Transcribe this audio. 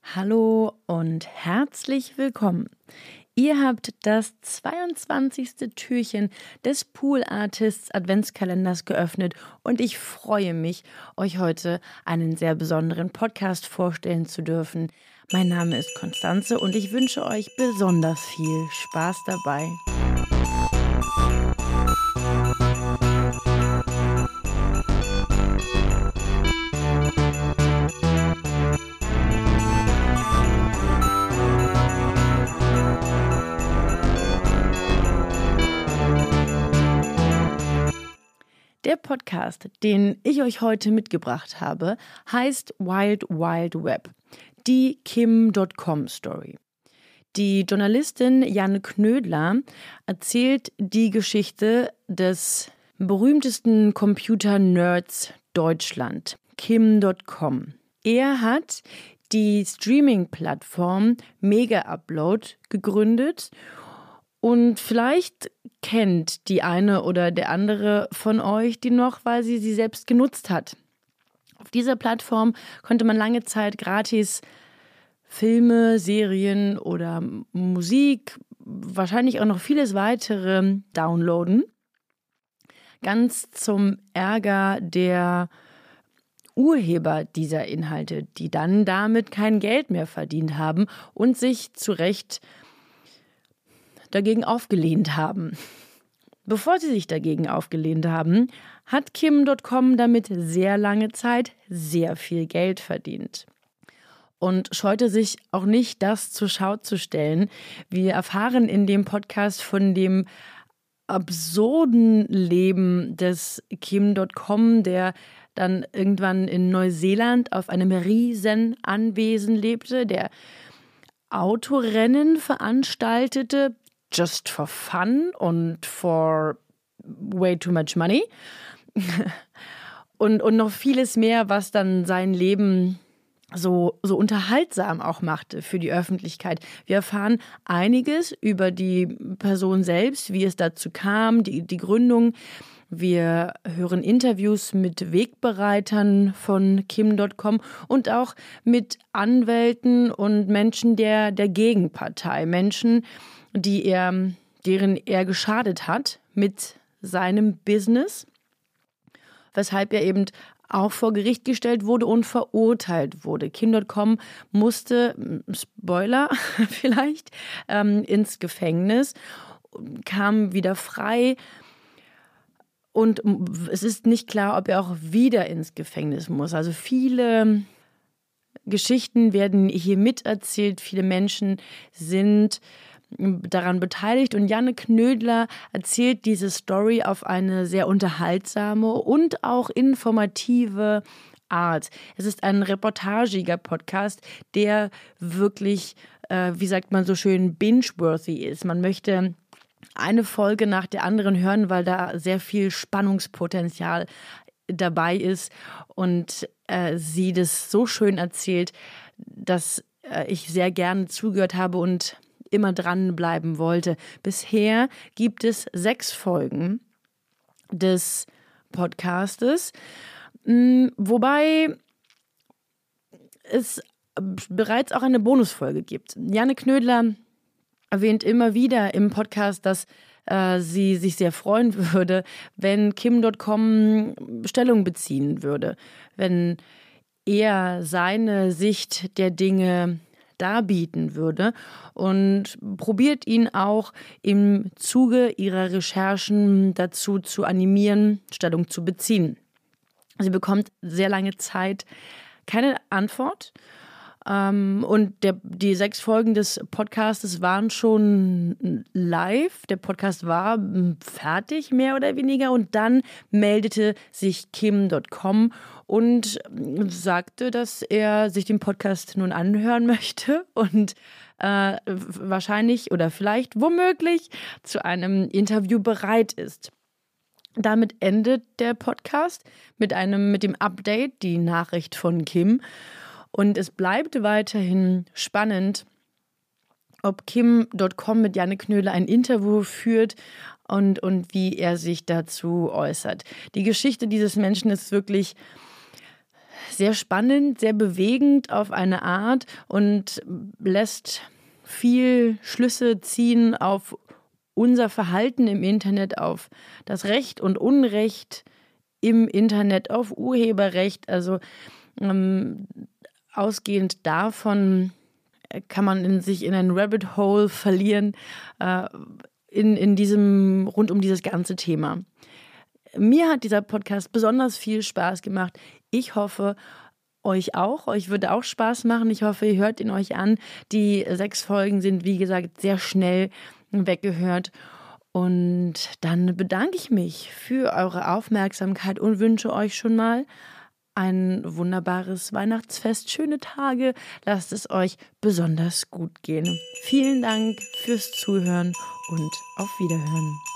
Hallo und herzlich willkommen. Ihr habt das 22. Türchen des Pool Artists Adventskalenders geöffnet und ich freue mich, euch heute einen sehr besonderen Podcast vorstellen zu dürfen. Mein Name ist Konstanze und ich wünsche euch besonders viel Spaß dabei. Der Podcast, den ich euch heute mitgebracht habe, heißt Wild Wild Web, die Kim.com-Story. Die Journalistin Janne Knödler erzählt die Geschichte des berühmtesten Computer-Nerds Deutschland, Kim.com. Er hat die Streaming-Plattform Mega Upload gegründet und vielleicht kennt die eine oder der andere von euch die noch, weil sie selbst genutzt hat. Auf dieser Plattform konnte man lange Zeit gratis Filme, Serien oder Musik, wahrscheinlich auch noch vieles weitere downloaden. Ganz zum Ärger der Urheber dieser Inhalte, die dann damit kein Geld mehr verdient haben und sich zu Recht dagegen aufgelehnt haben. Bevor sie sich dagegen aufgelehnt haben, hat Kim.com damit sehr lange Zeit sehr viel Geld verdient und scheute sich auch nicht, das zur Schau zu stellen. Wir erfahren in dem Podcast von dem absurden Leben des Kim.com, der dann irgendwann in Neuseeland auf einem riesen Anwesen lebte, der Autorennen veranstaltete, just for fun und for way too much money. und noch vieles mehr, was dann sein Leben so unterhaltsam auch machte für die Öffentlichkeit. Wir erfahren einiges über die Person selbst, wie es dazu kam, die Gründung. Wir hören Interviews mit Wegbereitern von Kim.com und auch mit Anwälten und Menschen der Gegenpartei. Menschen, deren er geschadet hat mit seinem Business, weshalb er eben auch vor Gericht gestellt wurde und verurteilt wurde. Kim.com musste, Spoiler vielleicht, ins Gefängnis, kam wieder frei. Und es ist nicht klar, ob er auch wieder ins Gefängnis muss. Also viele Geschichten werden hier miterzählt. Viele Menschen sind daran beteiligt. Und Janne Knödler erzählt diese Story auf eine sehr unterhaltsame und auch informative Art. Es ist ein reportagiger Podcast, der wirklich, wie sagt man so schön, binge-worthy ist. Man möchte eine Folge nach der anderen hören, weil da sehr viel Spannungspotenzial dabei ist und sie das so schön erzählt, dass ich sehr gerne zugehört habe und immer dranbleiben wollte. Bisher gibt es 6 Folgen des Podcastes, wobei es bereits auch eine Bonusfolge gibt. Janne Knödler erwähnt immer wieder im Podcast, dass sie sich sehr freuen würde, wenn Kim.com Stellung beziehen würde, wenn er seine Sicht der Dinge darbieten würde und probiert ihn auch im Zuge ihrer Recherchen dazu zu animieren, Stellung zu beziehen. Sie bekommt sehr lange Zeit keine Antwort. Und die 6 Folgen des Podcastes waren schon live. Der Podcast war fertig, mehr oder weniger. Und dann meldete sich Kim.com und sagte, dass er sich den Podcast nun anhören möchte und wahrscheinlich oder vielleicht womöglich zu einem Interview bereit ist. Damit endet der Podcast mit dem Update, die Nachricht von Kim. Und es bleibt weiterhin spannend, ob Kim.com mit Janne Knödler ein Interview führt und wie er sich dazu äußert. Die Geschichte dieses Menschen ist wirklich sehr spannend, sehr bewegend auf eine Art und lässt viel Schlüsse ziehen auf unser Verhalten im Internet, auf das Recht und Unrecht im Internet, auf Urheberrecht. Also ausgehend davon kann man sich in ein Rabbit Hole verlieren, rund um dieses ganze Thema. Mir hat dieser Podcast besonders viel Spaß gemacht. Ich hoffe, euch auch. Euch würde auch Spaß machen. Ich hoffe, ihr hört ihn euch an. Die 6 Folgen sind, wie gesagt, sehr schnell weggehört. Und dann bedanke ich mich für eure Aufmerksamkeit und wünsche euch schon mal ein wunderbares Weihnachtsfest, schöne Tage. Lasst es euch besonders gut gehen. Vielen Dank fürs Zuhören und auf Wiederhören.